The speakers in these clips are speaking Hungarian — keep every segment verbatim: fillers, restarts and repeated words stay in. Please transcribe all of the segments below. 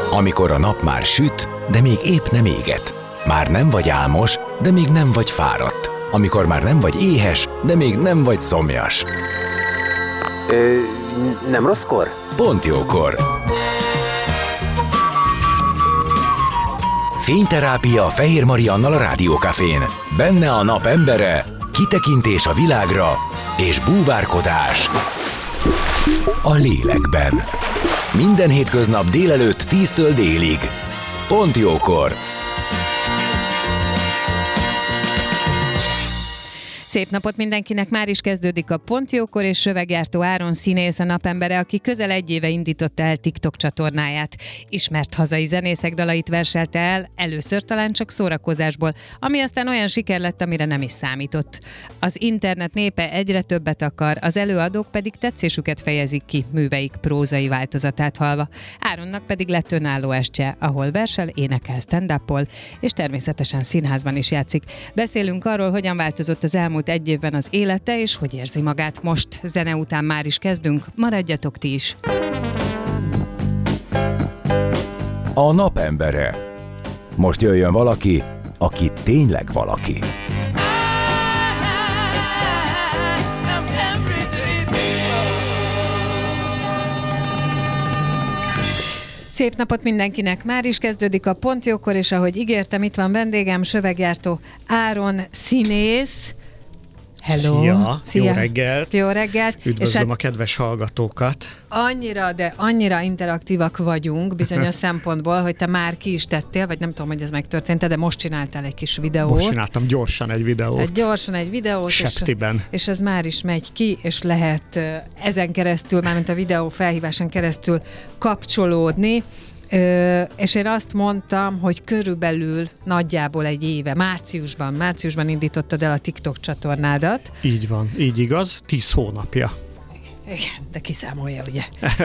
Amikor a nap már süt, de még épp nem éget. Már nem vagy álmos, de még nem vagy fáradt. Amikor már nem vagy éhes, de még nem vagy szomjas. Ö, nem rosszkor? Pont jókor. Fényterápia Fehér Mariannal a Rádiókafén. Benne a nap embere, kitekintés a világra és búvárkodás a lélekben. Minden hétköznap délelőtt tíztől délig. Pont jókor. Szép napot mindenkinek, már is kezdődik a Pont jókor, és Söveggyártó Áron színész, a napembere, aki közel egy éve indította el TikTok csatornáját. Ismert hazai zenészek dalait verselte el, először talán csak szórakozásból, ami aztán olyan siker lett, amire nem is számított. Az internet népe egyre többet akar, az előadók pedig tetszésüket fejezik ki műveik prózai változatát hallva. Áronnak pedig lett önálló estje, ahol versel, énekel, stand-up-ol, és természetesen színházban is játszik. Beszélünk arról, hogyan változott az elmúlt egy évben az élete, és hogy érzi magát most. Zene után már is kezdünk, maradjatok ti is. A napembere. Most jöjjön valaki, aki tényleg valaki. Szép napot mindenkinek! Már is kezdődik a Pont jókor, és ahogy ígértem, itt van vendégem, Söveggyártó Áron színész. Hello! Szia! Szia. Jó reggelt! Jó reggelt! Üdvözlöm és a kedves hallgatókat! Annyira, de annyira interaktívak vagyunk bizonyos szempontból, hogy te már ki is tettél, vagy nem tudom, hogy ez megtörtént, de most csináltál egy kis videót. Most csináltam gyorsan egy videót. Egy gyorsan egy videót. Septiben. És, és ez már is megy ki, és lehet ezen keresztül, mármint a videó felhíváson keresztül kapcsolódni. Ö, és én azt mondtam, hogy körülbelül nagyjából egy éve, márciusban, márciusban indítottad el a TikTok csatornádat. Így van, így igaz, tíz hónapja. Igen, de kiszámolja, ugye?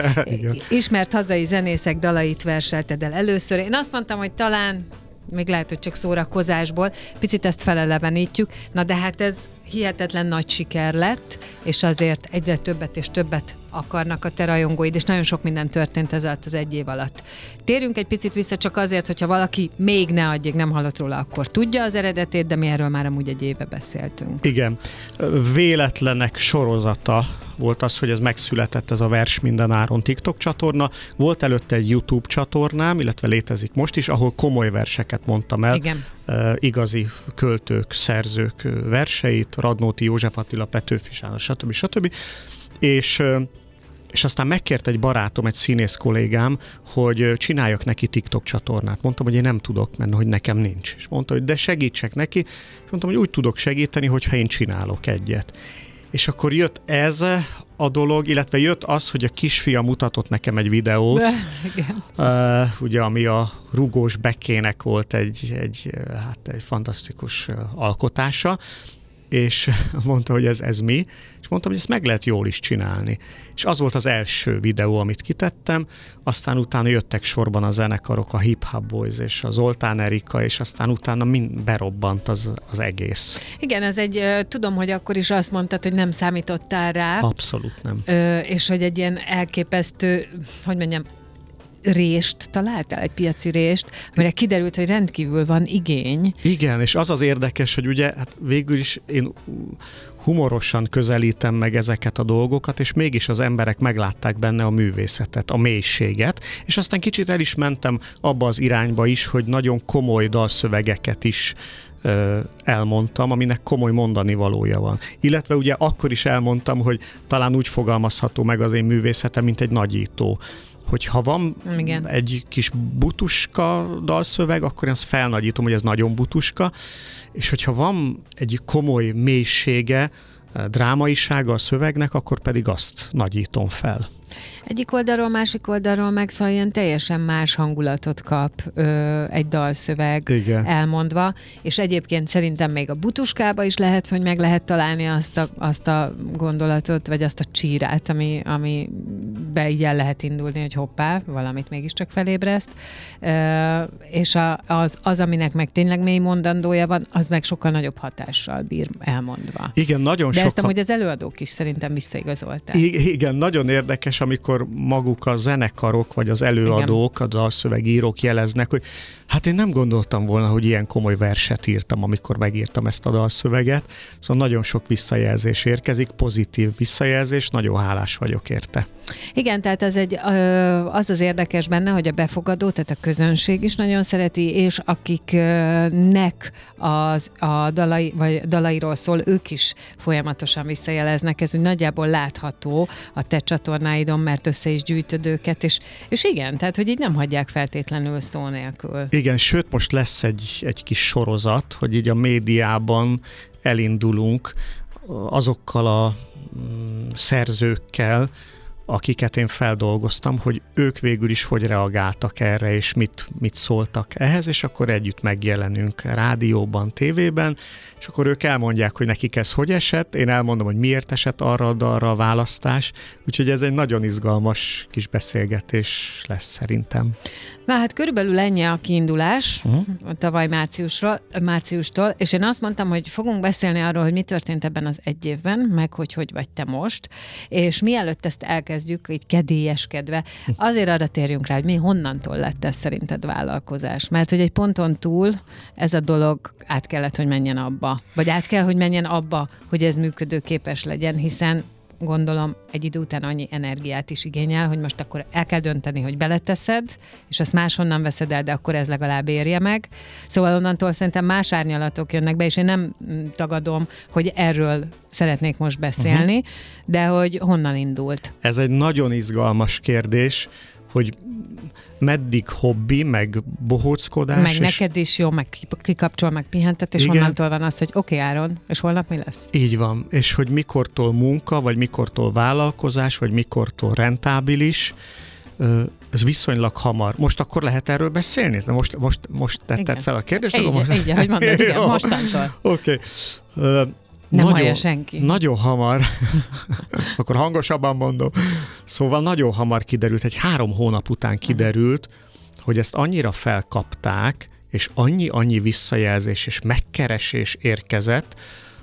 Ismert hazai zenészek dalait verselted el először. Én azt mondtam, hogy talán, még lehet, hogy csak szórakozásból, picit ezt felelevenítjük, na de hát ez hihetetlen nagy siker lett, és azért egyre többet és többet akarnak a te rajongóid, és nagyon sok minden történt ez alatt az egy év alatt. Térjünk egy picit vissza csak azért, hogyha valaki még ne addig nem hallott róla, akkor tudja az eredetét, de mi erről már amúgy egy éve beszéltünk. Igen. Véletlenek sorozata volt az, hogy ez megszületett, ez a Vers minden áron TikTok csatorna. Volt előtte egy YouTube csatornám, illetve létezik most is, ahol komoly verseket mondtam el. Igen. Uh, igazi költők, szerzők verseit, Radnóti József Attila, Petőfi Sándor, stb. stb. És uh, és aztán megkért egy barátom, egy színész kollégám, hogy csináljak neki TikTok csatornát. Mondtam, hogy én nem tudok, mert hogy nekem nincs. És mondta, hogy de segítsek neki. És mondtam, hogy úgy tudok segíteni, hogyha én csinálok egyet. És akkor jött ez a dolog, illetve jött az, hogy a kisfia mutatott nekem egy videót, Igen. Uh, ugye, ami a Rugós Bekének volt egy, egy, hát egy fantasztikus alkotása, és mondta, hogy ez, ez mi, és mondtam, hogy ezt meg lehet jól is csinálni. És az volt az első videó, amit kitettem, aztán utána jöttek sorban a zenekarok, a Hip Hop Boys és a Zoltán Erika, és aztán utána mind berobbant az, az egész. Igen, ez egy, tudom, hogy akkor is azt mondtad, hogy nem számítottál rá. Abszolút nem. Ö, és hogy egy ilyen elképesztő, hogy mondjam, rést találtál, egy piaci rést, amire kiderült, hogy rendkívül van igény. Igen, és az az érdekes, hogy ugye hát végül is én humorosan közelítem meg ezeket a dolgokat, és mégis az emberek meglátták benne a művészetet, a mélységet, és aztán kicsit el is mentem abba az irányba is, hogy nagyon komoly dalszövegeket is ö, elmondtam, aminek komoly mondani valója van. Illetve ugye akkor is elmondtam, hogy talán úgy fogalmazható meg az én művészetem, mint egy nagyító. Hogy ha van Igen. egy kis butuska dalszöveg, akkor én azt felnagyítom, hogy ez nagyon butuska, és hogyha van egy komoly mélysége, drámaisága a szövegnek, akkor pedig azt nagyítom fel. Egyik oldalról, másik oldalról meg szóval ilyen teljesen más hangulatot kap ö, egy dalszöveg. Igen. Elmondva, és egyébként szerintem még a butuskába is lehet, hogy meg lehet találni azt a, azt a gondolatot, vagy azt a csírát, ami, ami be így el lehet indulni, hogy hoppá, valamit mégiscsak felébreszt, ö, és a, az, az, aminek meg tényleg mély mondandója van, az meg sokkal nagyobb hatással bír elmondva. Igen, nagyon De sokan... ezt amúgy az előadók is szerintem visszaigazolták. I- igen, nagyon érdekes amikor maguk a zenekarok, vagy az előadók, igen. a dalszövegírók jeleznek, hogy hát én nem gondoltam volna, hogy ilyen komoly verset írtam, amikor megírtam ezt a dalszöveget. Szóval nagyon sok visszajelzés érkezik, pozitív visszajelzés, nagyon hálás vagyok érte. Igen, tehát az, egy, az az érdekes benne, hogy a befogadó, tehát a közönség is nagyon szereti, és akiknek az, a dalai, vagy dalairól szól, ők is folyamatosan visszajeleznek. Ez úgy nagyjából látható a te csatornáidon, mert össze is gyűjtöd őket, és, és igen, tehát hogy így nem hagyják feltétlenül szó nélkül. Igen, sőt most lesz egy, egy kis sorozat, hogy így a médiában elindulunk azokkal a mm, szerzőkkel, akiket én feldolgoztam, hogy ők végül is hogy reagáltak erre, és mit, mit szóltak ehhez, és akkor együtt megjelenünk rádióban, tévében, és akkor ők elmondják, hogy nekik ez hogy esett, én elmondom, hogy miért esett arra a dalra a választás, úgyhogy ez egy nagyon izgalmas kis beszélgetés lesz szerintem. Na hát körülbelül ennyi a kiindulás uh-huh. tavaly márciusról, márciustól, és én azt mondtam, hogy fogunk beszélni arról, hogy mi történt ebben az egy évben, meg hogy hogy vagy te most, és mielőtt ezt elkezdjük, így kedélyeskedve, azért arra térjünk rá, hogy mi honnantól lett ez szerinted vállalkozás, mert hogy egy ponton túl ez a dolog át kellett, hogy menjen abba, vagy át kell, hogy menjen abba, hogy ez működőképes legyen, hiszen gondolom egy idő után annyi energiát is igényel, hogy most akkor el kell dönteni, hogy beleteszed, és azt máshonnan veszed el, de akkor ez legalább érje meg. Szóval onnantól szerintem más árnyalatok jönnek be, és én nem tagadom, hogy erről szeretnék most beszélni, uh-huh. de hogy honnan indult? Ez egy nagyon izgalmas kérdés, hogy meddig hobbi, meg bohóckodás. Meg neked is jó, meg kikapcsol, meg pihentet, és igen. Onnantól van az, hogy oké, okay, Áron, és holnap mi lesz? Így van, és hogy mikortól munka, vagy mikortól vállalkozás, vagy mikortól rentábilis, ez viszonylag hamar. Most akkor lehet erről beszélni? Most, most, most tetted igen. fel a kérdést? Így, most... így ahogy mondod, igen, mostantól. Oké. Okay. Uh, Nem hallja senki. Nagyon hamar, akkor hangosabban mondom. Szóval nagyon hamar kiderült, egy három hónap után kiderült, hogy ezt annyira felkapták, és annyi-annyi visszajelzés és megkeresés érkezett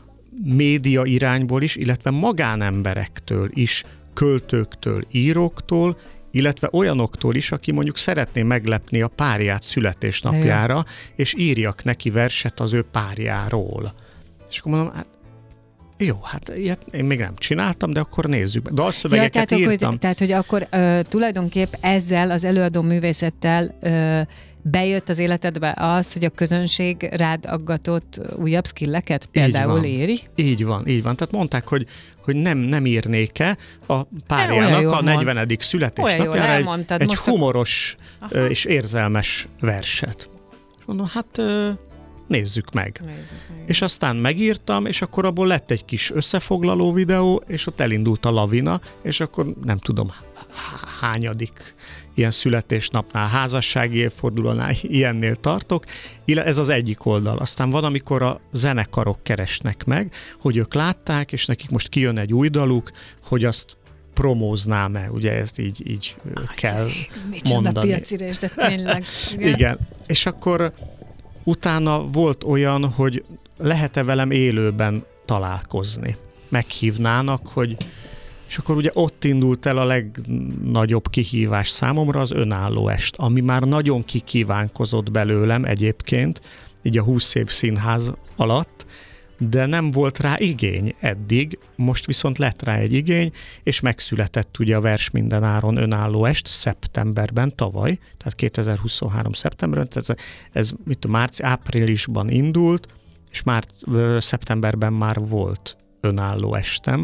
média irányból is, illetve magánemberektől is, költőktől, íróktól, illetve olyanoktól is, aki mondjuk szeretné meglepni a párját születésnapjára, ja. és írjak neki verset az ő párjáról. És akkor mondom, hát jó, hát ilyet én még nem csináltam, de akkor nézzük be. Dalszövegeket ja, tehát, írtam. Hogy, tehát, hogy akkor ö, tulajdonképp ezzel az előadó művészettel ö, bejött az életedbe az, hogy a közönség rád aggatott újabb skilleket például éri? Így van, így van. Tehát mondták, hogy, hogy nem, nem írnék-e a párjának a negyvenedik születésnapjára egy, egy humoros a... és érzelmes verset. És mondom, hát... Nézzük meg. Nézzük meg. És aztán megírtam, és akkor abból lett egy kis összefoglaló videó, és ott elindult a lavina, és akkor nem tudom hányadik ilyen születésnapnál, házassági évfordulónál ilyennél tartok. Ez az egyik oldal. Aztán van, amikor a zenekarok keresnek meg, hogy ők látták, és nekik most kijön egy új daluk, hogy azt promóznám-e, ugye ezt így, így ah, kell mondani. Piacirés, de tényleg. Igen. Igen. És akkor utána volt olyan, hogy lehet-e velem élőben találkozni. Meghívnának, hogy... És akkor ugye ott indult el a legnagyobb kihívás számomra az önálló est, ami már nagyon kikívánkozott belőlem egyébként, így a húsz év színház alatt, de nem volt rá igény eddig, most viszont lett rá egy igény, és megszületett ugye a Vers minden áron önálló est szeptemberben, tavaly, tehát kétezer-huszonhárom szeptemberben, ez, ez mit márci, áprilisban indult, és már szeptemberben már volt önálló estem.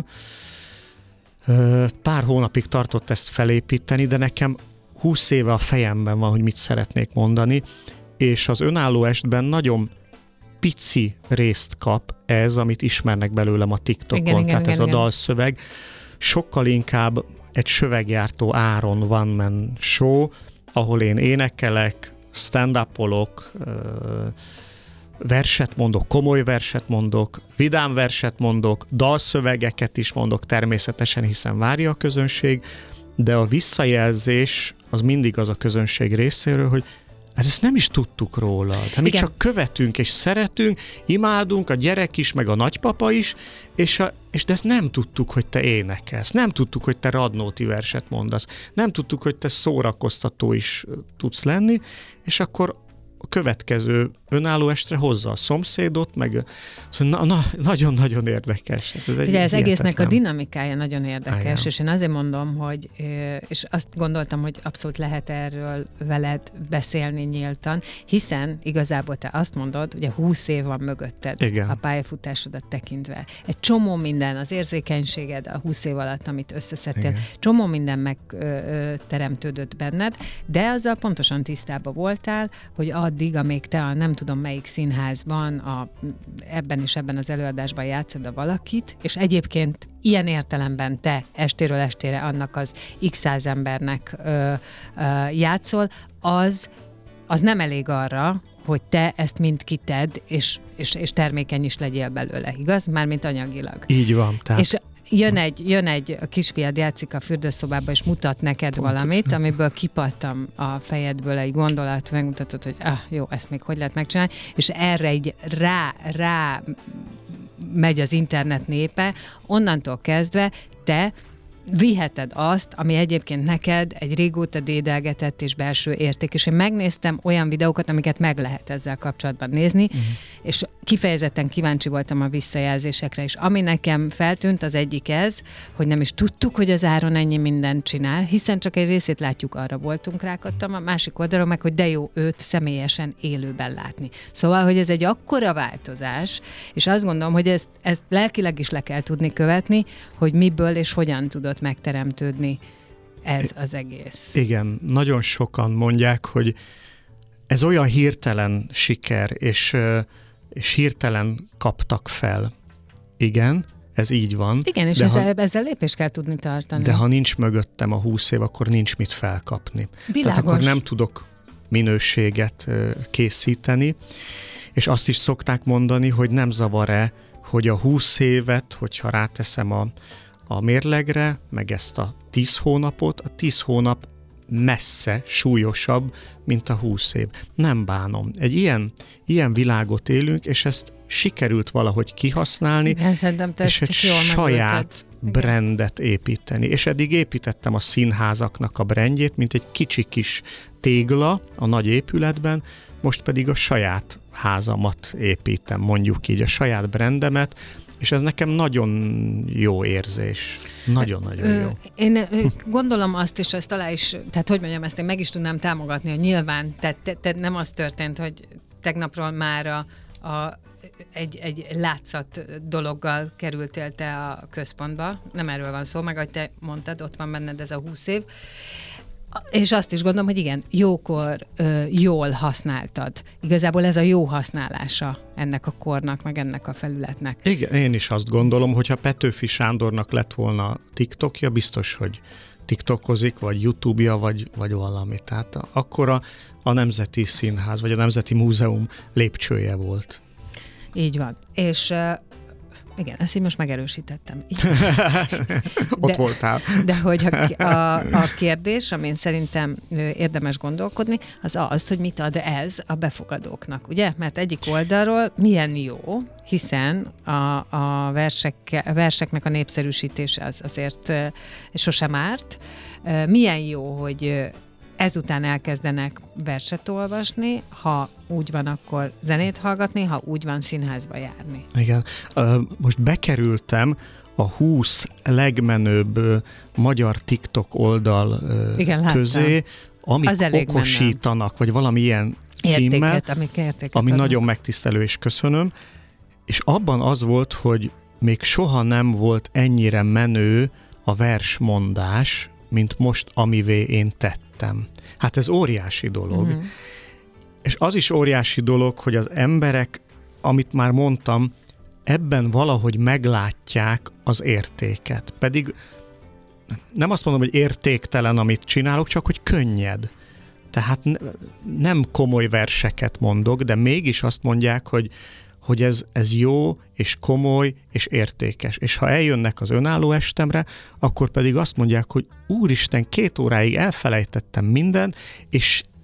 Pár hónapig tartott ezt felépíteni, de nekem húsz éve a fejemben van, hogy mit szeretnék mondani, és az önálló estben nagyon pici részt kap ez, amit ismernek belőlem a TikTokon, igen, tehát igen, ez igen, a dalszöveg. Sokkal inkább egy söveggyártó Áron One Man Show, ahol én énekelek, stand-upolok, verset mondok, komoly verset mondok, vidám verset mondok, dalszövegeket is mondok természetesen, hiszen várja a közönség, de a visszajelzés az mindig az a közönség részéről, hogy Hát ezt nem is tudtuk rólad. Hát mi csak követünk és szeretünk, imádunk, a gyerek is, meg a nagypapa is, és, a, és de ezt nem tudtuk, hogy te énekelsz. Nem tudtuk, hogy te Radnóti verset mondasz. Nem tudtuk, hogy te szórakoztató is tudsz lenni, és akkor a következő önálló estre hozza a szomszédot, meg szóval na, na, nagyon-nagyon érdekes. Hát ez egy Ugye ez hihetetlen... egésznek a dinamikája nagyon érdekes, Igen. és én azért mondom, hogy és azt gondoltam, hogy abszolút lehet erről veled beszélni nyíltan, hiszen igazából te azt mondod, ugye húsz év van mögötted. Igen. A pályafutásodat tekintve. Egy csomó minden, az érzékenységed a húsz év alatt, amit összeszedtél, igen. csomó minden megteremtődött benned, de azzal pontosan tisztában voltál, hogy addig, amíg te a nem tudom melyik színházban, a, ebben és ebben az előadásban játszod a valakit, és egyébként ilyen értelemben te estéről estére annak az x száz embernek ö, ö, játszol, az, az nem elég arra, hogy te ezt mind kited, és, és, és termékeny is legyél belőle, igaz? Mármint anyagilag. Így van. Tehát... És Jön egy, jön egy a kisfiad játszik a fürdőszobába, és mutat neked Pont. valamit, amiből kipattam a fejedből egy gondolat, megmutatod, hogy ah, jó, ezt még hogy lehet megcsinálni, és erre így rá, rá megy az internet népe, onnantól kezdve te viheted azt, ami egyébként neked egy régóta dédelgetett és belső érték. És én megnéztem olyan videókat, amiket meg lehet ezzel kapcsolatban nézni, uh-huh. és kifejezetten kíváncsi voltam a visszajelzésekre, és ami nekem feltűnt, az egyik ez, hogy nem is tudtuk, hogy az Áron ennyi mindent csinál, hiszen csak egy részét látjuk, arra voltunk rákattam, a másik oldalon meg, hogy de jó őt személyesen élőben látni. Szóval, hogy ez egy akkora változás, és azt gondolom, hogy ezt, ezt lelkileg is le kell tudni követni, hogy miből és hogyan tudod megteremtődni ez az egész. Igen, nagyon sokan mondják, hogy ez olyan hirtelen siker, és, és hirtelen kaptak fel. Igen, ez így van. Igen, és ezzel, ha, ezzel lépést kell tudni tartani. De ha nincs mögöttem a húsz év, akkor nincs mit felkapni. Világos. Tehát akkor nem tudok minőséget készíteni, és azt is szokták mondani, hogy nem zavar-e, hogy a húsz évet, hogyha ráteszem a a mérlegre, meg ezt a tíz hónapot, a tíz hónap messze súlyosabb, mint a húsz év. Nem bánom. Egy ilyen, ilyen világot élünk, és ezt sikerült valahogy kihasználni, igen, és egy saját brandet építeni. És eddig építettem a színházaknak a brandjét, mint egy kicsi kis tégla a nagy épületben, most pedig a saját házamat építem, mondjuk így, a saját brandemet, és ez nekem nagyon jó érzés. Nagyon-nagyon jó. Én gondolom azt, és ezt alá is, tehát hogy mondjam, ezt én meg is tudnám támogatni, hogy nyilván, tehát te, te nem az történt, hogy tegnapról már a, a, egy, egy látszat dologgal kerültél te a központba. Nem erről van szó, meg ahogy te mondtad, ott van benned ez a húsz év. És azt is gondolom, hogy igen, jókor ö, jól használtad. Igazából ez a jó használása ennek a kornak, meg ennek a felületnek. Igen, én is azt gondolom, hogyha Petőfi Sándornak lett volna TikTokja, biztos, hogy TikTokozik, vagy YouTube-ja, vagy, vagy valami. Tehát akkor a, a Nemzeti Színház, vagy a Nemzeti Múzeum lépcsője volt. Így van. És... igen, ezt így most megerősítettem. Ott de, voltál. De hogy a, a, a kérdés, amin szerintem érdemes gondolkodni, az az, hogy mit ad ez a befogadóknak, ugye? Mert egyik oldalról milyen jó, hiszen a, a, versek, a verseknek a népszerűsítése az azért sosem árt. Milyen jó, hogy ezután elkezdenek verset olvasni, ha úgy van, akkor zenét hallgatni, ha úgy van, színházba járni. Igen. Most bekerültem a húsz legmenőbb magyar TikTok oldal igen, közé, amik okosítanak, menő. Vagy valami ilyen címmel, értéket, ami adnak. Nagyon megtisztelő, és köszönöm. És abban az volt, hogy még soha nem volt ennyire menő a versmondás, mint most, amivé én tettem. Hát ez óriási dolog. Mm-hmm. És az is óriási dolog, hogy az emberek, amit már mondtam, ebben valahogy meglátják az értéket. Pedig nem azt mondom, hogy értéktelen, amit csinálok, csak hogy könnyed. Tehát nem komoly verseket mondok, de mégis azt mondják, hogy hogy ez, ez jó, és komoly, és értékes. És ha eljönnek az önálló estemre, akkor pedig azt mondják, hogy úristen, két óráig elfelejtettem mindent, és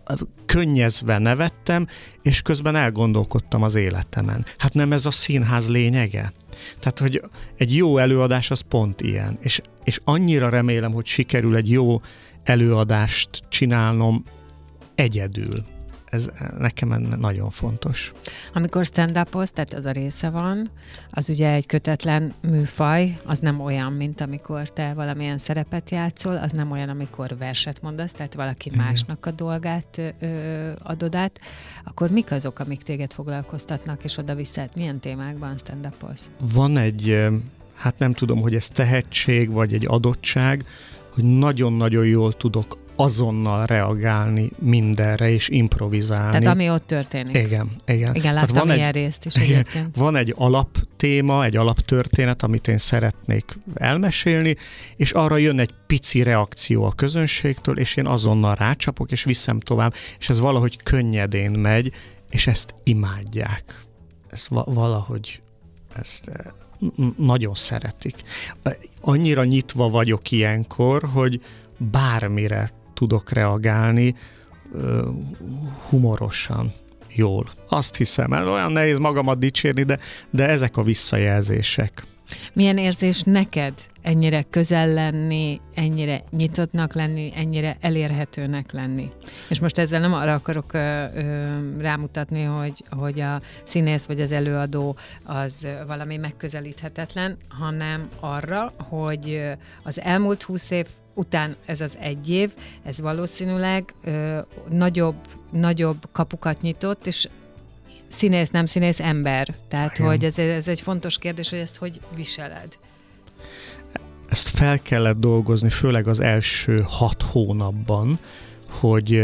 könnyezve nevettem, és közben elgondolkodtam az életemen. Hát nem ez a színház lényege? Tehát, hogy egy jó előadás az pont ilyen, és, és annyira remélem, hogy sikerül egy jó előadást csinálnom egyedül. Ez nekem nagyon fontos. Amikor stand-upolsz, tehát az a része van, az ugye egy kötetlen műfaj, az nem olyan, mint amikor te valamilyen szerepet játszol, az nem olyan, amikor verset mondasz, tehát valaki Igen. másnak a dolgát ö, adod át, akkor mik azok, amik téged foglalkoztatnak, és oda-vissza, milyen témákban stand-upolsz? Van egy, hát nem tudom, hogy ez tehetség, vagy egy adottság, hogy nagyon-nagyon jól tudok azonnal reagálni mindenre, és improvizálni. Tehát ami ott történik. Igen, igen. Igen, láttam van ilyen egy, részt is igen, egyébként. Van egy alaptéma, egy alaptörténet, amit én szeretnék elmesélni, és arra jön egy pici reakció a közönségtől, és én azonnal rácsapok, és viszem tovább, és ez valahogy könnyedén megy, és ezt imádják. Ez va- valahogy ezt nagyon szeretik. Annyira nyitva vagyok ilyenkor, hogy bármire tudok reagálni uh, humorosan, jól. Azt hiszem, olyan nehéz magamat dicsérni, de, de ezek a visszajelzések. Milyen érzés neked ennyire közel lenni, ennyire nyitottnak lenni, ennyire elérhetőnek lenni? És most ezzel nem arra akarok ö, ö, rámutatni, hogy, hogy a színész vagy az előadó az valami megközelíthetetlen, hanem arra, hogy az elmúlt húsz év után ez az egy év, ez valószínűleg ö, nagyobb, nagyobb kapukat nyitott, és színész, nem színész, ember. Tehát, Igen. hogy ez, ez egy fontos kérdés, hogy ezt hogy viseled. Ezt fel kellett dolgozni, főleg az első hat hónapban, hogy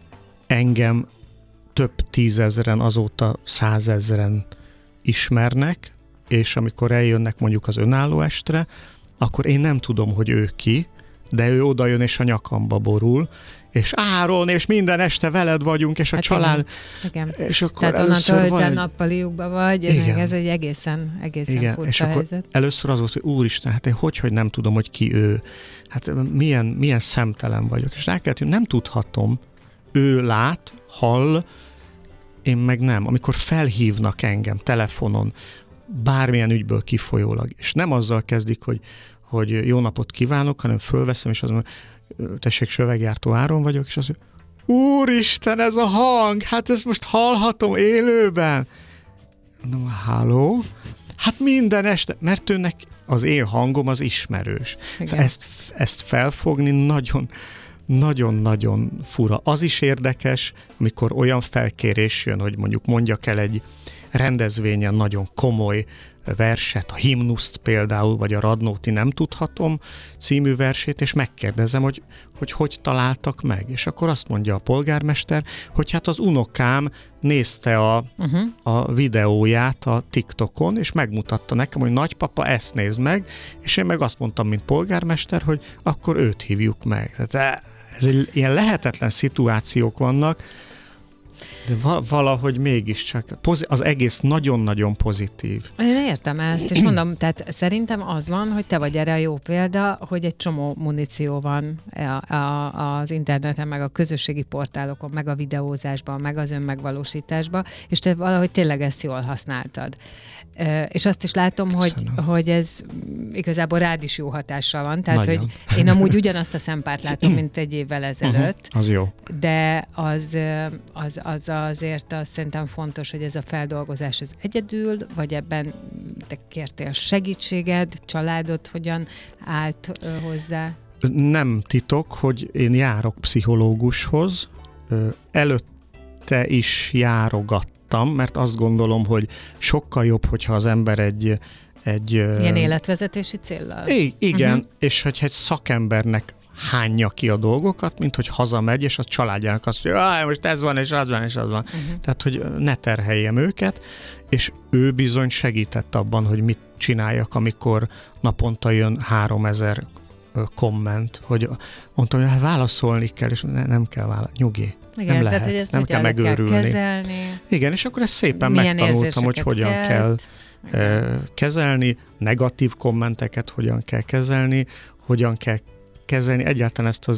engem több tízezren, azóta százezren ismernek, és amikor eljönnek mondjuk az önálló estre, akkor én nem tudom, hogy ő ki, de ő odajön és a nyakamba borul, és Áron, és minden este veled vagyunk, és a hát család... Igen. igen. És akkor Tehát onnantól, hogy te egy... nappaliukba vagy, igen. ez egy egészen, egészen igen. furcsa és akkor helyzet. Először az volt, hogy úristen, hát én hogy, hogy nem tudom, hogy ki ő. Hát milyen, milyen szemtelen vagyok. És rá kellett, hogy nem tudhatom. Ő lát, hall, én meg nem. Amikor felhívnak engem telefonon, bármilyen ügyből kifolyólag, és nem azzal kezdik, hogy hogy jó napot kívánok, hanem fölveszem, és azt mondom, tessék, Söveggyártó Áron vagyok, és azt mondom, úristen, ez a hang, hát ezt most hallhatom élőben. Mondom, halló? Hát minden este, mert őnek az én hangom az ismerős. Szóval ezt, ezt felfogni nagyon, nagyon-nagyon fura. Az is érdekes, amikor olyan felkérés jön, hogy mondjuk mondjak el egy rendezvényen nagyon komoly verset, a himnuszt például, vagy a Radnóti Nem tudhatom című versét, és megkérdezem, hogy, hogy hogy találtak meg. És akkor azt mondja a polgármester, hogy hát az unokám nézte a, uh-huh. a videóját a TikTokon, és megmutatta nekem, hogy nagypapa, ezt nézd meg, és én meg azt mondtam, mint polgármester, hogy akkor őt hívjuk meg. Tehát ez egy, ilyen lehetetlen szituációk vannak, de valahogy mégiscsak az egész nagyon-nagyon pozitív. Én értem ezt, és mondom, tehát szerintem az van, hogy te vagy erre a jó példa, hogy egy csomó muníció van a, a, az interneten, meg a közösségi portálokon, meg a videózásban, meg az önmegvalósításban, és te valahogy tényleg ezt jól használtad. És azt is látom, hogy, hogy ez igazából rád is jó hatással van. Tehát, nagyon. Hogy én amúgy ugyanazt a szempárt látom, mint egy évvel ezelőtt. Uh-huh, az jó. De az, az, az azért azt szerintem fontos, hogy ez a feldolgozás az egyedül, vagy ebben te kértél segítséged, családod hogyan állt hozzá? Nem titok, hogy én járok pszichológushoz. Előtte is járogat, mert azt gondolom, hogy sokkal jobb, hogyha az ember egy... egy ilyen életvezetési céllal? I- igen, uh-huh. és hogy egy szakembernek hányja ki a dolgokat, mint hogy hazamegy, és a családjának azt mondja, hogy most ez van, és az van, és az van. Uh-huh. Tehát, hogy ne terheljem őket, és ő bizony segített abban, hogy mit csináljak, amikor naponta jön háromezer komment, hogy mondtam, hogy hát válaszolni kell, és ne, nem kell válaszolni, nyugi. Igen, nem tehát, lehet, hogy ezt nem kell megőrülni. Kell kezelni. Igen, és akkor ezt szépen milyen megtanultam, hogy hogyan kell, kell uh, kezelni, negatív kommenteket hogyan kell kezelni, hogyan kell kezelni egyáltalán ezt az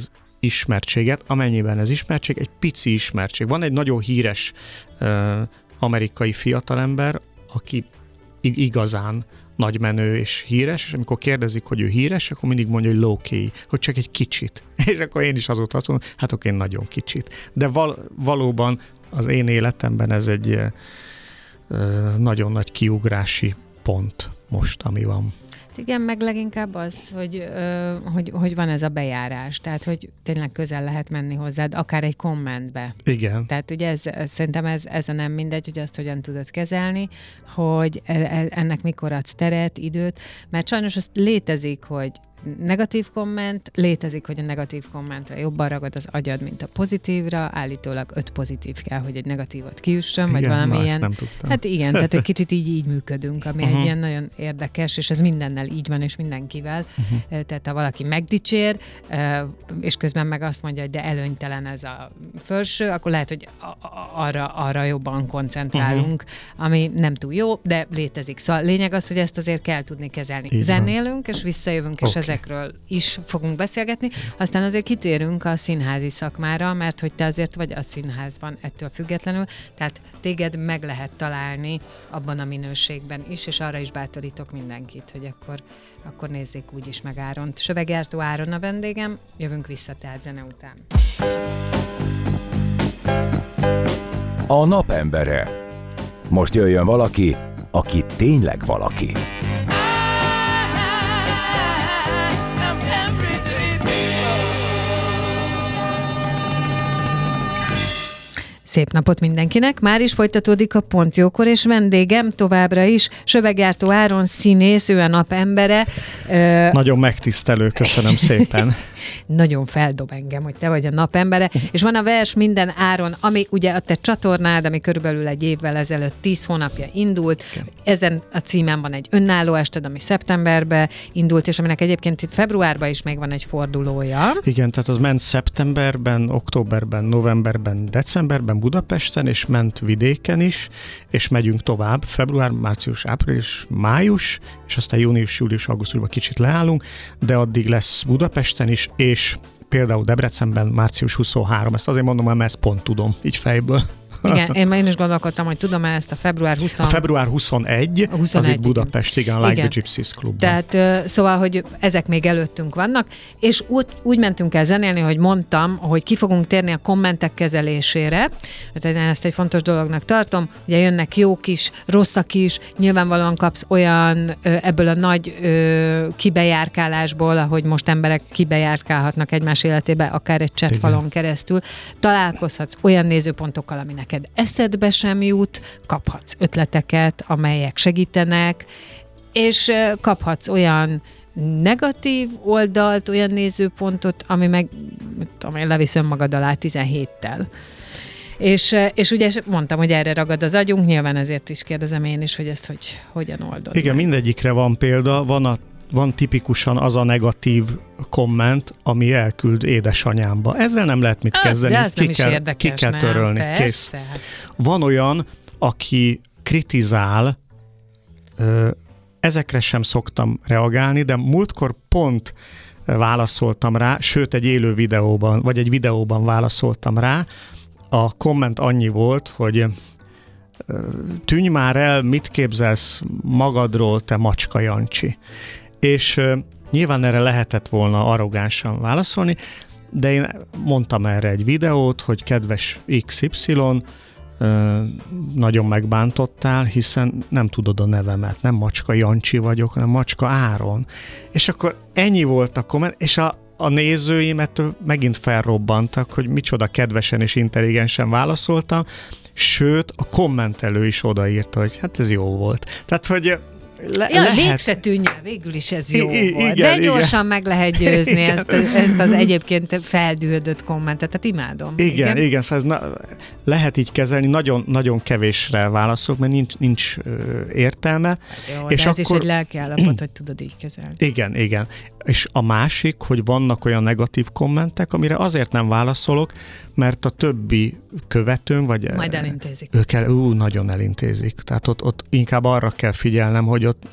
ismertséget, amennyiben ez ismertség, egy pici ismertség. Van egy nagyon híres uh, amerikai fiatalember, aki igazán nagymenő és híres, és amikor kérdezik, hogy ő híres, akkor mindig mondja, hogy low-key, hogy csak egy kicsit. És akkor én is azóta azt mondom, hát oké, nagyon kicsit. De val- valóban az én életemben ez egy uh, nagyon nagy kiugrási pont most, ami van. Igen, meg leginkább az, hogy, ö, hogy, hogy van ez a bejárás, tehát hogy tényleg közel lehet menni hozzád, akár egy kommentbe. Igen. Tehát ugye ez, szerintem ez, ez a nem mindegy, hogy azt hogyan tudod kezelni, hogy ennek mikor adsz teret, időt, mert sajnos az létezik, hogy negatív komment, létezik, hogy a negatív kommentre jobban ragad az agyad, mint a pozitívra, állítólag öt pozitív kell, hogy egy negatívot kiüssön, vagy valami ilyen. Nem tudtam. Hát igen, tehát egy kicsit így, így működünk, ami uh-huh. egy ilyen nagyon érdekes, és ez mindennel így van, és mindenkivel. Uh-huh. Tehát ha valaki megdicsér, és közben meg azt mondja, hogy de előnytelen ez a felső, akkor lehet, hogy arra, arra jobban koncentrálunk, uh-huh. ami nem túl jó, de létezik. Szóval lényeg az, hogy ezt azért kell tudni kezelni. Így zenélünk, van. És visszajövünk, és okay. ezekről is fogunk beszélgetni. Aztán azért kitérünk a színházi szakmára, mert hogy te azért vagy a színházban ettől függetlenül, tehát téged meg lehet találni abban a minőségben is, és arra is bátorítok mindenkit, hogy akkor, akkor nézzék úgy is meg Áront. Söveggyártó Áron a vendégem, jövünk vissza tehát zene után. A napembere. Most jöjjön valaki, aki tényleg valaki. Szép napot mindenkinek! Már is folytatódik a Pont Jókor, és vendégem továbbra is Söveggyártó Áron színész, ő a napembere. Nagyon megtisztelő, köszönöm szépen. Nagyon feldob engem, hogy te vagy a napembere, és van a vers Minden áron, ami ugye a te csatornád, ami körülbelül egy évvel ezelőtt tíz hónapja indult. Igen. Ezen a címen van egy önálló ested, ami szeptemberben indult, és aminek egyébként itt februárban is még van egy fordulója. Igen, tehát az ment szeptemberben, októberben, novemberben, decemberben Budapesten, és ment vidéken is, és megyünk tovább, február, március, április, május, és aztán június, július, augusztusban kicsit leállunk, de addig lesz Budapesten is, és például Debrecenben március huszonharmadika, ezt azért mondom, mert ezt pont tudom, így fejből. Igen, én már én is gondolkodtam, hogy tudom ezt a február huszonegyedike. A február huszonegy, a huszonegy az itt Budapest, igen, a Like igen. the Gypsies klubban. Tehát szóval, hogy ezek még előttünk vannak, és úgy, úgy mentünk el zenélni, hogy mondtam, hogy ki fogunk térni a kommentek kezelésére. Tehát én ezt egy fontos dolognak tartom. Ugye jönnek jók is, rosszak is, nyilvánvalóan kapsz olyan ebből a nagy kibejárkálásból, ahogy most emberek kibejárkálhatnak egymás életébe, akár egy chatfalon keresztül, találkozhatsz olyan nézőpontokkal, ami neked eszedbe sem jut, kaphatsz ötleteket, amelyek segítenek, és kaphatsz olyan negatív oldalt, olyan nézőpontot, ami meg, ami levisz önmagad alá tizenhéttel. És, és ugye mondtam, hogy erre ragad az agyunk, nyilván ezért is kérdezem én is, hogy ezt hogy, hogyan oldod. Igen, meg. Mindegyikre van példa, van a van tipikusan az a negatív komment, ami elküld édesanyámba. Ezzel nem lehet mit kezdeni, az, ki, kell, érdekes, ki kell törölni. Nem, Kész. Van olyan, aki kritizál, ezekre sem szoktam reagálni, de múltkor pont válaszoltam rá, sőt egy élő videóban, vagy egy videóban válaszoltam rá. A komment annyi volt, hogy tűnj már el, mit képzelsz magadról, te macska Jancsi. És uh, nyilván erre lehetett volna arrogánsan válaszolni, de én mondtam erre egy videót, hogy kedves iksz ipszilon, uh, nagyon megbántottál, hiszen nem tudod a nevemet, nem macska Jancsi vagyok, hanem macska Áron. És akkor ennyi volt a komment, és a a nézőim ettől megint felrobbantak, hogy micsoda kedvesen és intelligensen válaszoltam, sőt, a kommentelő is odaírta, hogy hát ez jó volt. Tehát, hogy le, ja, lehet... végse tűnjön, végül is ez jó I- volt. igen, De gyorsan igen. meg lehet győzni ezt, ezt az egyébként feldühödött kommentet, tehát imádom. Igen, igen, igen, szóval ez na, lehet így kezelni, nagyon, nagyon kevésre válaszolok, mert nincs, nincs ö, értelme. Jó, és de ez akkor... is egy lelkiállapot, hogy tudod így kezelni. Igen, igen. És a másik, hogy vannak olyan negatív kommentek, amire azért nem válaszolok, mert a többi követőm, vagy... Majd elintézik. Ők el, ú, nagyon elintézik. Tehát ott, ott inkább arra kell figyelnem, hogy ott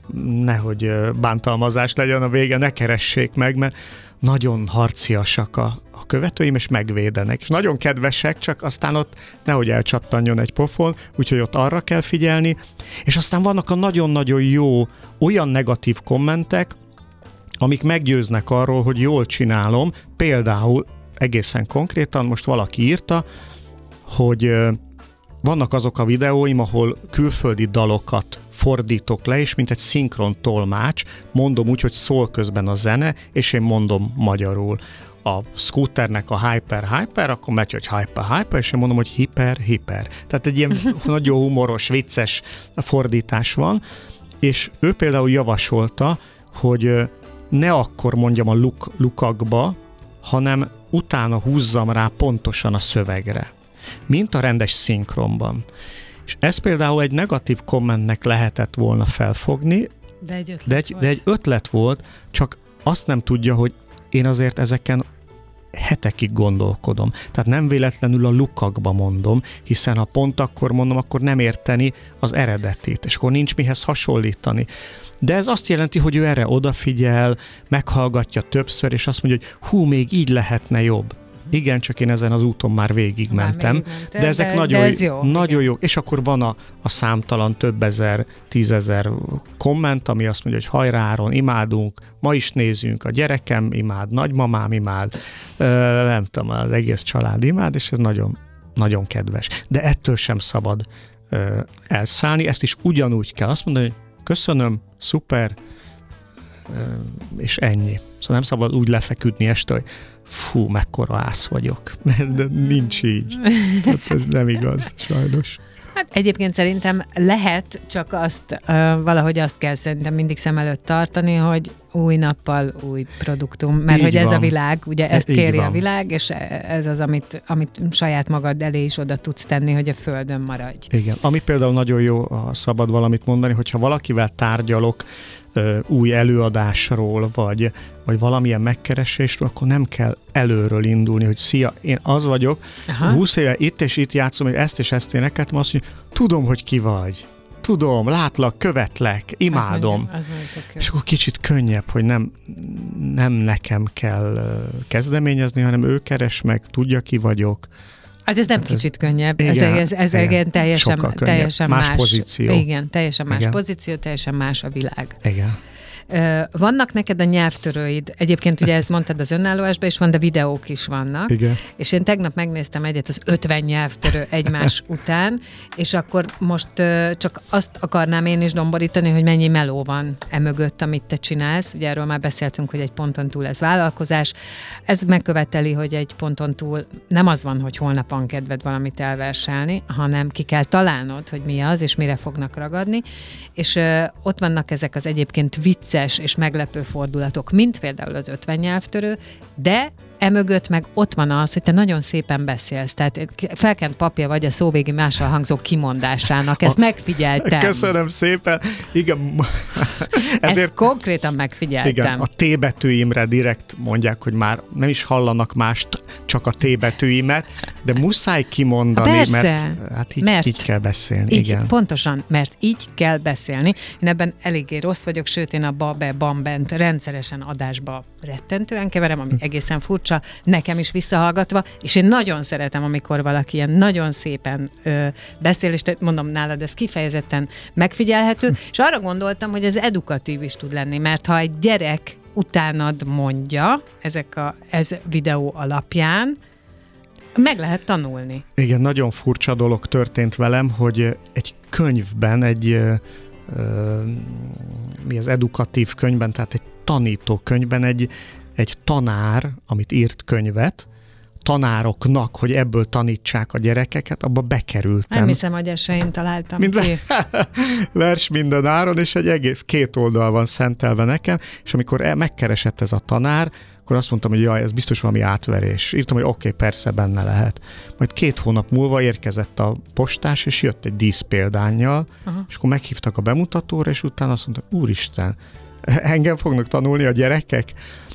nehogy bántalmazás legyen a vége, ne keressék meg, mert nagyon harciasak a, a követőim, és megvédenek. És nagyon kedvesek, csak aztán ott nehogy elcsattanjon egy pofon, úgyhogy ott arra kell figyelni. És aztán vannak a nagyon-nagyon jó olyan negatív kommentek, amik meggyőznek arról, hogy jól csinálom. Például egészen konkrétan most valaki írta, hogy vannak azok a videóim, ahol külföldi dalokat fordítok le, és mint egy szinkron tolmács, mondom úgy, hogy szól közben a zene, és én mondom magyarul. A Scooternek a hyper, hyper, akkor megy, hogy hyper, hyper, és én mondom, hogy hiper, hiper. Tehát egy ilyen nagyon humoros, vicces fordítás van, és ő például javasolta, hogy ne akkor mondjam a luk, lukakba, hanem utána húzzam rá pontosan a szövegre, mint a rendes szinkronban. És ez például egy negatív kommentnek lehetett volna felfogni, de egy ötlet, de egy, volt. De egy ötlet volt, csak azt nem tudja, hogy én azért ezeken hetekig gondolkodom. Tehát nem véletlenül a lukakba mondom, hiszen ha pont akkor mondom, akkor nem érteni az eredetit, és akkor nincs mihez hasonlítani. De ez azt jelenti, hogy ő erre odafigyel, meghallgatja többször, és azt mondja, hogy hú, még így lehetne jobb. Igen, csak én ezen az úton már végigmentem, de, de ezek de, nagyon, de ez jó, nagyon jó. És akkor van a, a számtalan több ezer, tízezer komment, ami azt mondja, hogy hajrá Áron, imádunk, ma is nézünk, a gyerekem imád, nagymamám imád, ö, nem tudom, az egész család imád, és ez nagyon, nagyon kedves. De ettől sem szabad ö, elszállni, ezt is ugyanúgy kell azt mondani, hogy köszönöm, szuper, ö, és ennyi. Szóval nem szabad úgy lefeküdni este, hogy fú, mekkora ász vagyok. De nincs így. Ez nem igaz, sajnos. Hát egyébként szerintem lehet, csak azt uh, valahogy azt kell szerintem mindig szem előtt tartani, hogy új nappal új produktum, mert így hogy ez van. A világ, ugye ezt így kéri van. A világ, és ez az, amit, amit saját magad elé is oda tudsz tenni, hogy a földön maradj. Igen, ami például nagyon jó, ha szabad valamit mondani, hogyha valakivel tárgyalok új előadásról, vagy, vagy valamilyen megkeresésről, akkor nem kell előről indulni, hogy szia, én az vagyok, aha. húsz éve itt és itt játszom, hogy ezt és ezt énekeltem, azt mondja, tudom, hogy ki vagy. Tudom, látlak, követlek, imádom. Az mondja, az és akkor kicsit könnyebb, hogy nem, nem nekem kell kezdeményezni, hanem ő keres meg, tudja, ki vagyok. Hát ez nem hát kicsit ez, könnyebb, igen, ez, ez, ez igen, teljesen, teljesen más, más pozíció. Igen, teljesen más igen. pozíció, teljesen más a világ. Igen. Vannak neked a nyelvtörőid, egyébként ugye ezt mondtad az önállóásban is van, de videók is vannak. Igen. És én tegnap megnéztem egyet az ötven nyelvtörő egymás után, és akkor most csak azt akarnám én is domborítani, hogy mennyi meló van emögött, amit te csinálsz. Ugye erről már beszéltünk, hogy egy ponton túl ez vállalkozás. Ez megköveteli, hogy egy ponton túl nem az van, hogy holnap van kedved valamit elverselni, hanem ki kell találnod, hogy mi az, és mire fognak ragadni. És ott vannak ezek az egyébként vicces és meglepő fordulatok, mint például az ötven nyelvtörő, de emögött meg ott van az, hogy te nagyon szépen beszélsz, tehát felkent papja vagy a szóvégi mással hangzó kimondásának, ezt megfigyeltem. Köszönöm szépen. Igen. Ezért, ezt konkrétan megfigyeltem. Igen, a T betűimre direkt mondják, hogy már nem is hallanak mást, csak a T betűimet, de muszáj kimondani, persze, mert hát így, mert így kell beszélni. Így, igen. Pontosan, mert így kell beszélni. Én ebben eléggé rossz vagyok, sőt én a ba-be, bam-bent rendszeresen adásba rettentően keverem, ami egészen furcsa, nekem is visszahallgatva, és én nagyon szeretem, amikor valaki ilyen nagyon szépen ö, beszél, és te, mondom nálad, ez kifejezetten megfigyelhető, és arra gondoltam, hogy ez edukatív is tud lenni, mert ha egy gyerek utánad mondja, ezek a ez videó alapján, meg lehet tanulni. Igen, nagyon furcsa dolog történt velem, hogy egy könyvben, egy ö, ö, mi az edukatív könyvben, tehát egy tanító könyvben egy egy tanár, amit írt könyvet, tanároknak, hogy ebből tanítsák a gyerekeket, abba bekerültem. Nem hiszem, hogy ezt se én találtam Mind ki. Vers minden áron, és egy egész két oldal van szentelve nekem, és amikor megkeresett ez a tanár, akkor azt mondtam, hogy jaj, ez biztos valami átverés. Írtam, hogy oké, okay, persze benne lehet. Majd két hónap múlva érkezett a postás, és jött egy díszpéldánnyal, aha. és akkor meghívtak a bemutatóra, és utána azt mondta, úristen, engem fognak tanulni a gyerekek?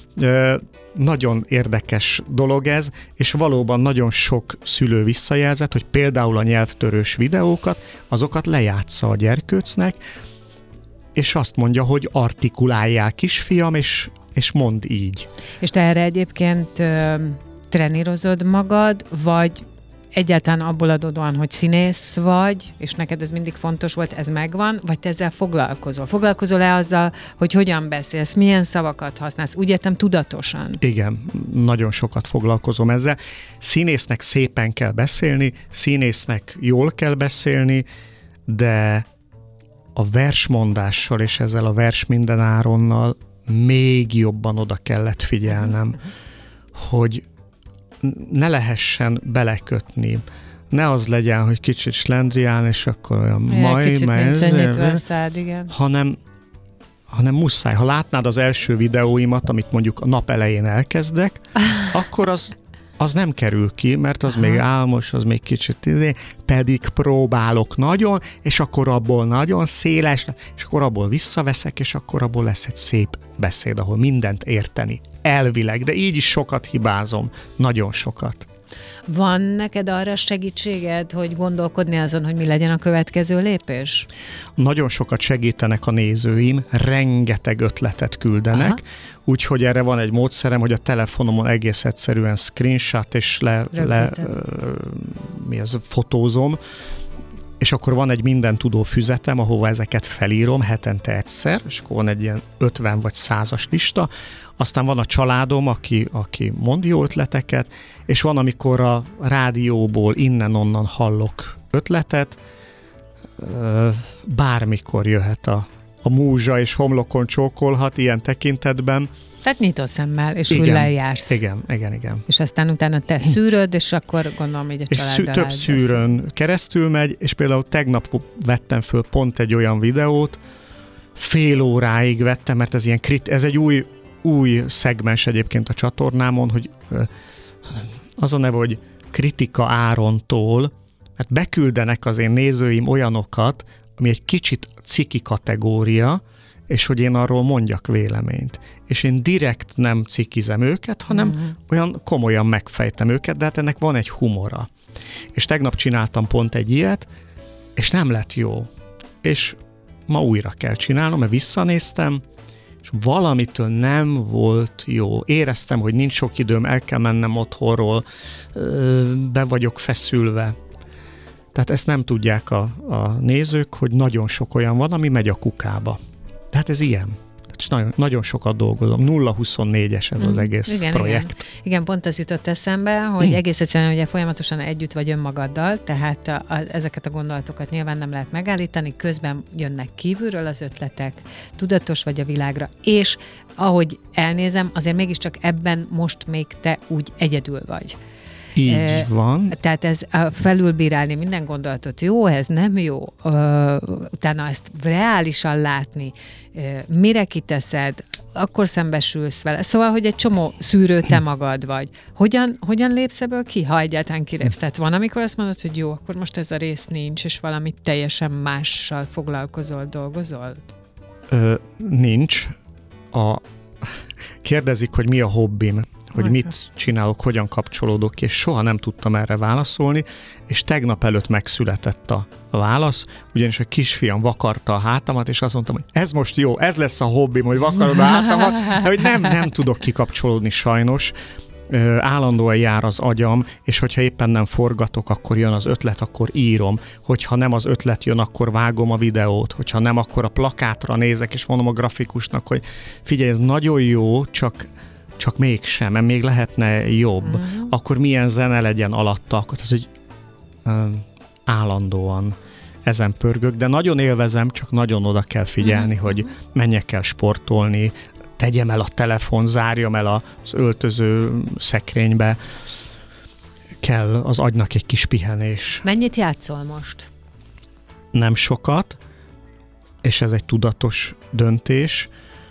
Nagyon érdekes dolog ez, és valóban nagyon sok szülő visszajelzett, hogy például a nyelvtörős videókat, azokat lejátsza a gyerkőcnek, és azt mondja, hogy artikuláljál kisfiam, és, és mondd így. És te erre egyébként ö, trenírozod magad, vagy egyáltalán abból adódóan, hogy színész vagy, és neked ez mindig fontos volt, ez megvan, vagy te ezzel foglalkozol? Foglalkozol-e azzal, hogy hogyan beszélsz, milyen szavakat használsz? Úgy értem, tudatosan. Igen, nagyon sokat foglalkozom ezzel. Színésznek szépen kell beszélni, színésznek jól kell beszélni, de a versmondással és ezzel a vers mindenáronnal még jobban oda kellett figyelnem, hogy ne lehessen belekötni. Ne az legyen, hogy kicsit slendrián, és akkor olyan majd, kicsit nincsen nyitva a szád, igen. Hanem, hanem muszáj. Ha látnád az első videóimat, amit mondjuk a nap elején elkezdek, akkor az, az nem kerül ki, mert az Aha. még álmos, az még kicsit, pedig próbálok nagyon, és akkor abból nagyon széles, és akkor abból visszaveszek, és akkor abból lesz egy szép beszéd, ahol mindent érteni. Elvileg, de így is sokat hibázom. Nagyon sokat. Van neked arra segítséged, hogy gondolkodni azon, hogy mi legyen a következő lépés? Nagyon sokat segítenek a nézőim, rengeteg ötletet küldenek, úgyhogy erre van egy módszerem, hogy a telefonomon egész egyszerűen screenshot és le, le ö, mi az, fotózom, és akkor van egy minden tudó füzetem, ahova ezeket felírom hetente egyszer, és akkor van egy ilyen ötven vagy százas lista. Aztán van a családom, aki, aki mond jó ötleteket, és van, amikor a rádióból innen-onnan hallok ötletet, bármikor jöhet a, a múzsa, és homlokon csókolhat ilyen tekintetben. Tehát nyitott szemmel, és hullán jársz. Igen, igen, igen. És aztán utána te szűröd, és akkor gondolom, hogy a és családdal szű, több szűrőn keresztül megy, és például tegnap vettem föl pont egy olyan videót, fél óráig vettem, mert ez ilyen krit, ez egy új, új szegmens egyébként a csatornámon, hogy az a neve, hogy Kritika Árontól, mert beküldenek az én nézőim olyanokat, ami egy kicsit ciki kategória, és hogy én arról mondjak véleményt. És én direkt nem cikizem őket, hanem uh-huh. olyan komolyan megfejtem őket, de hát ennek van egy humora. És tegnap csináltam pont egy ilyet, és nem lett jó. És ma újra kell csinálnom, mert visszanéztem, és valamitől nem volt jó. Éreztem, hogy nincs sok időm, el kell mennem otthonról, be vagyok feszülve. Tehát ezt nem tudják a, a nézők, hogy nagyon sok olyan van, ami megy a kukába. Tehát ez ilyen. Nagyon, nagyon sokat dolgozom. nulla huszonnégyes ez az egész igen, projekt. Igen. igen, pont ez jutott eszembe, hogy egész egyszerűen ugye folyamatosan együtt vagy önmagaddal, tehát a, a, ezeket a gondolatokat nyilván nem lehet megállítani, közben jönnek kívülről az ötletek, tudatos vagy a világra, és ahogy elnézem, azért mégiscsak ebben most még te úgy egyedül vagy. Így e, van. Tehát ez felülbírálni minden gondolatot, jó, ez nem jó, ö, utána ezt reálisan látni, ö, mire kiteszed, akkor szembesülsz vele. Szóval, hogy egy csomó szűrő te magad vagy. Hogyan, hogyan lépsz ebből ki, ha egyáltalán kilépsz? Tehát van, amikor azt mondod, hogy jó, akkor most ez a rész nincs, és valamit teljesen mással foglalkozol, dolgozol? Ö, nincs. A... Kérdezik, hogy mi a hobbim, hogy mit csinálok, hogyan kapcsolódok, és soha nem tudtam erre válaszolni, és tegnap előtt megszületett a válasz, ugyanis a kisfiam vakarta a hátamat, és azt mondtam, hogy ez most jó, ez lesz a hobbim, hogy vakarod a hátamat, de hogy nem, nem tudok kikapcsolódni sajnos, állandóan jár az agyam, és hogyha éppen nem forgatok, akkor jön az ötlet, akkor írom. Hogyha nem az ötlet jön, akkor vágom a videót. Hogyha nem, akkor a plakátra nézek, és mondom a grafikusnak, hogy figyelj, ez nagyon jó, csak, csak mégsem, mert még lehetne jobb. Mm-hmm. Akkor milyen zene legyen alatta. Akkor ez, hogy um, állandóan ezen pörgök, de nagyon élvezem, csak nagyon oda kell figyelni, mm-hmm. hogy menjek el sportolni, tegyem el a telefon, zárjam el az öltöző szekrénybe. Kell az agynak egy kis pihenés. Mennyit játszol most? Nem sokat, és ez egy tudatos döntés.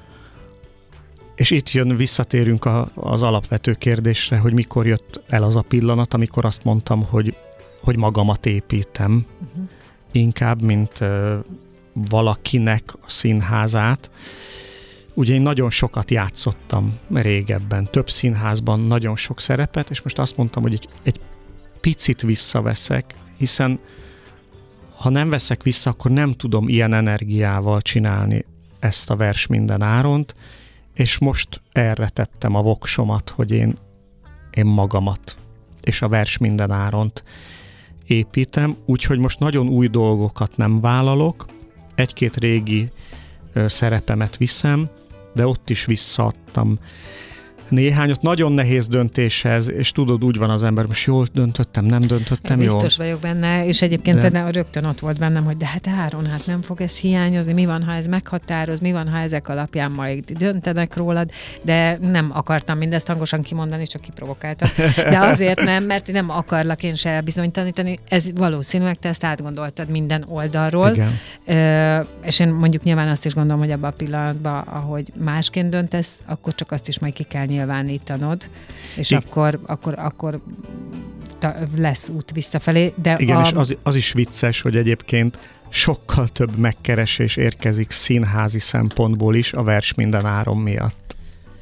És itt jön, visszatérünk a, az alapvető kérdésre, hogy mikor jött el az a pillanat, amikor azt mondtam, hogy, hogy magamat építem. Uh-huh. Inkább, mint uh, valakinek a színházát. Ugye én nagyon sokat játszottam régebben, több színházban nagyon sok szerepet, és most azt mondtam, hogy egy, egy picit visszaveszek, hiszen ha nem veszek vissza, akkor nem tudom ilyen energiával csinálni ezt a vers minden áront, és most erre tettem a voksomat, hogy én, én magamat és a vers minden áront építem, úgyhogy most nagyon új dolgokat nem vállalok, egy-két régi ö, szerepemet viszem, de ott is visszaadtam néhányat. Nagyon nehéz döntéshez, és tudod, úgy van az ember, most jól döntöttem, nem döntöttem Biztos jól. Biztos vagyok benne, és egyébként De... de... rögtön ott volt bennem, hogy de hát Áron, hát nem fog ez hiányozni, mi van, ha ez meghatároz, mi van, ha ezek alapján majd döntenek rólad, de nem akartam mindezt hangosan kimondani, csak kiprovokáltam. De azért nem, mert nem akarlak én se bizonytalanítani, ez valószínűleg te ezt átgondoltad minden oldalról. Igen. Ö, és én mondjuk nyilván azt is gondolom, hogy abban a pillanatban, ahogy másként döntesz, akkor csak azt is majd ki kell nyilvánítanod, és Igen. akkor, akkor, akkor ta, lesz út visszafelé. De Igen, a... és az, az is vicces, hogy egyébként sokkal több megkeresés érkezik színházi szempontból is a vers minden áron miatt.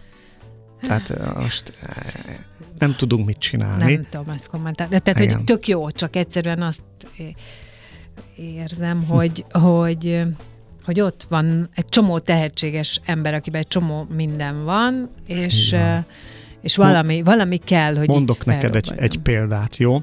Tehát most nem tudunk mit csinálni. Nem tudom ezt kommentálni. De tehát, Igen. hogy tök jó, csak egyszerűen azt érzem, hogy, hogy hogy ott van egy csomó tehetséges ember, akiben egy csomó minden van, és, Igen. és valami, valami kell, hogy Mondok neked egy, egy példát, jó?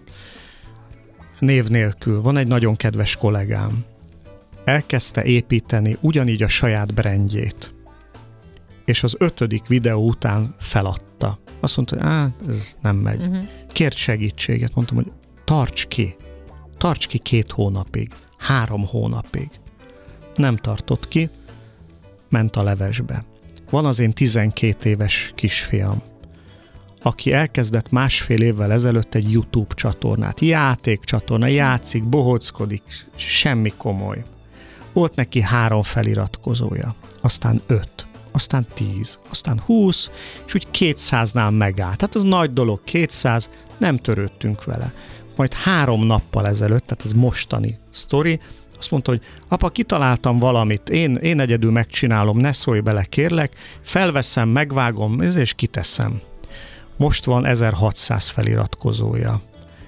Név nélkül. Van egy nagyon kedves kollégám. Elkezdte építeni ugyanígy a saját brandjét. És az ötödik videó után feladta. Azt mondta, hogy á, ez nem megy. Uh-huh. Kért segítséget. Mondtam, hogy tarts ki. Tarts ki két hónapig. Három hónapig. Nem tartott ki, ment a levesbe. Van az én tizenkét éves kisfiam, aki elkezdett másfél évvel ezelőtt egy YouTube csatornát, játékcsatorna, játszik, bohóckodik, semmi komoly. Volt neki három feliratkozója, aztán öt, aztán tíz, aztán húsz, és úgy kétszáznál megállt. Tehát ez nagy dolog, kétszáz, nem törődtünk vele. Majd három nappal ezelőtt, tehát ez mostani sztori, azt mondta, hogy apa, kitaláltam valamit, én, én egyedül megcsinálom, ne szólj bele, kérlek, felveszem, megvágom, és kiteszem. Most van ezerhatszáz feliratkozója.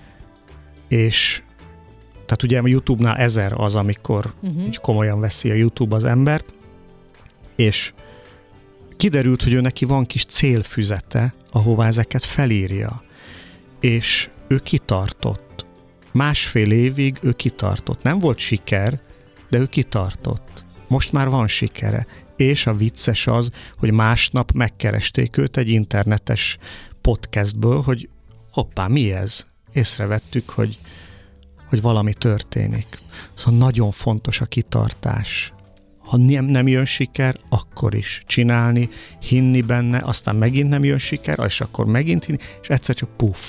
És tehát ugye a YouTube-nál ezer az, amikor uh-huh. komolyan veszi a YouTube az embert, és kiderült, hogy ő neki van kis célfüzete, ahová ezeket felírja. És ő kitartott. Másfél évig ő kitartott. Nem volt siker, de ő kitartott. Most már van sikere. És a vicces az, hogy másnap megkeresték őt egy internetes podcastből, hogy hoppá, mi ez? Észrevettük, hogy, hogy valami történik. Szóval nagyon fontos a kitartás. Ha nem, nem jön siker, akkor is csinálni, hinni benne, aztán megint nem jön siker, és akkor megint hinni, és egyszer csak puff.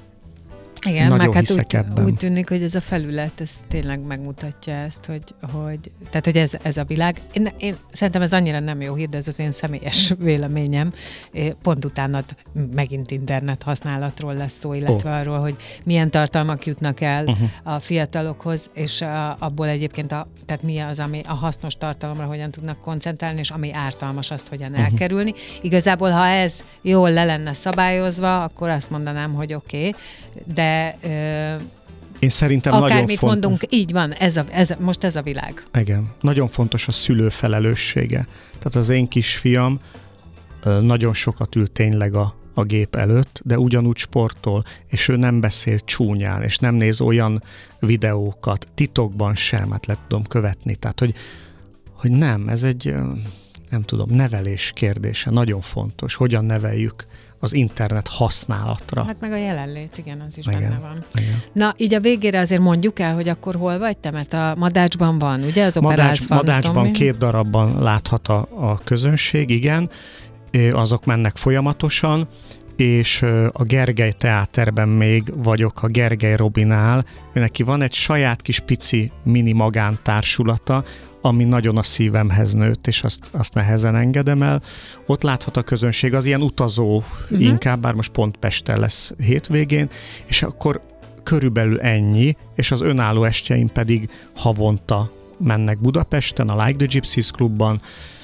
Igen, nagyon meg hát hiszek úgy, ebben. úgy tűnik, hogy ez a felület, ez tényleg megmutatja ezt, hogy, hogy tehát, hogy ez, ez a világ. Én, én szerintem ez annyira nem jó hír, de ez az én személyes véleményem. Pont utána megint internet használatról lesz szó, illetve oh. arról, hogy milyen tartalmak jutnak el uh-huh. a fiatalokhoz, és a, abból egyébként a, tehát mi az, ami a hasznos tartalomra hogyan tudnak koncentrálni, és ami ártalmas, azt hogyan uh-huh. elkerülni. Igazából, ha ez jól le lenne szabályozva, akkor azt mondanám, hogy oké, okay, de Ö, én szerintem akármit nagyon fontos. mondunk, így van, ez a, ez, most ez a világ. Igen, nagyon fontos a szülő felelőssége. Tehát az én kisfiam nagyon sokat ül tényleg a, a gép előtt, de ugyanúgy sportol, és ő nem beszél csúnyán, és nem néz olyan videókat, titokban sem, hát le tudom követni. Tehát, hogy, hogy nem, ez egy, nem tudom, nevelés kérdése, nagyon fontos, hogyan neveljük az internet használatra. Hát meg a jelenlét, igen, az is igen, benne van. Igen. Na, így a végére azért mondjuk el, hogy akkor hol vagy te, mert a Madácsban van, ugye? Az Madács, Madácsban két darabban láthat a, a közönség, igen, azok mennek folyamatosan, és a Gergely Teáterben még vagyok, a Gergely Robinál, neki van egy saját kis pici mini magántársulata, ami nagyon a szívemhez nőtt, és azt, azt nehezen engedem el. Ott láthat a közönség, az ilyen utazó uh-huh. inkább, bár most pont Pesten lesz hétvégén, és akkor körülbelül ennyi, és az önálló estjeim pedig havonta mennek Budapesten, a Like the Gypsies klubban,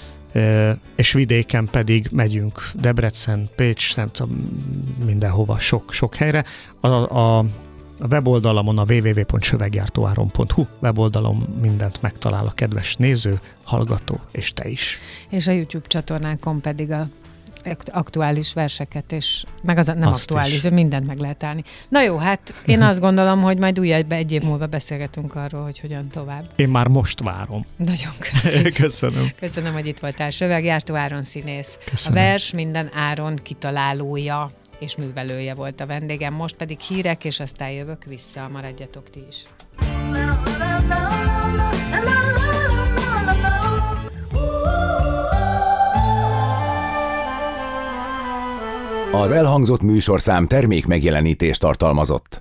és vidéken pedig megyünk Debrecen, Pécs, nem tudom, mindenhova, sok, sok helyre. A, a A weboldalamon, a double-u double-u double-u pont söveggyártóáron pont hu weboldalon mindent megtalál a kedves néző, hallgató, és te is. És a YouTube csatornánkon pedig a aktuális verseket, és meg az nem azt aktuális, de mindent meg lehet állni. Na jó, hát én azt gondolom, hogy majd újabb egy év múlva beszélgetünk arról, hogy hogyan tovább. Én már most várom. Nagyon köszönöm. Köszönöm. Köszönöm, hogy itt voltál. Söveggyártó Áron színész. Köszönöm. A vers minden áron kitalálója és művelője volt a vendégem. Most pedig hírek, és aztán jövök vissza. Maradjatok ti is. Az elhangzott műsorszám termék megjelenítést tartalmazott.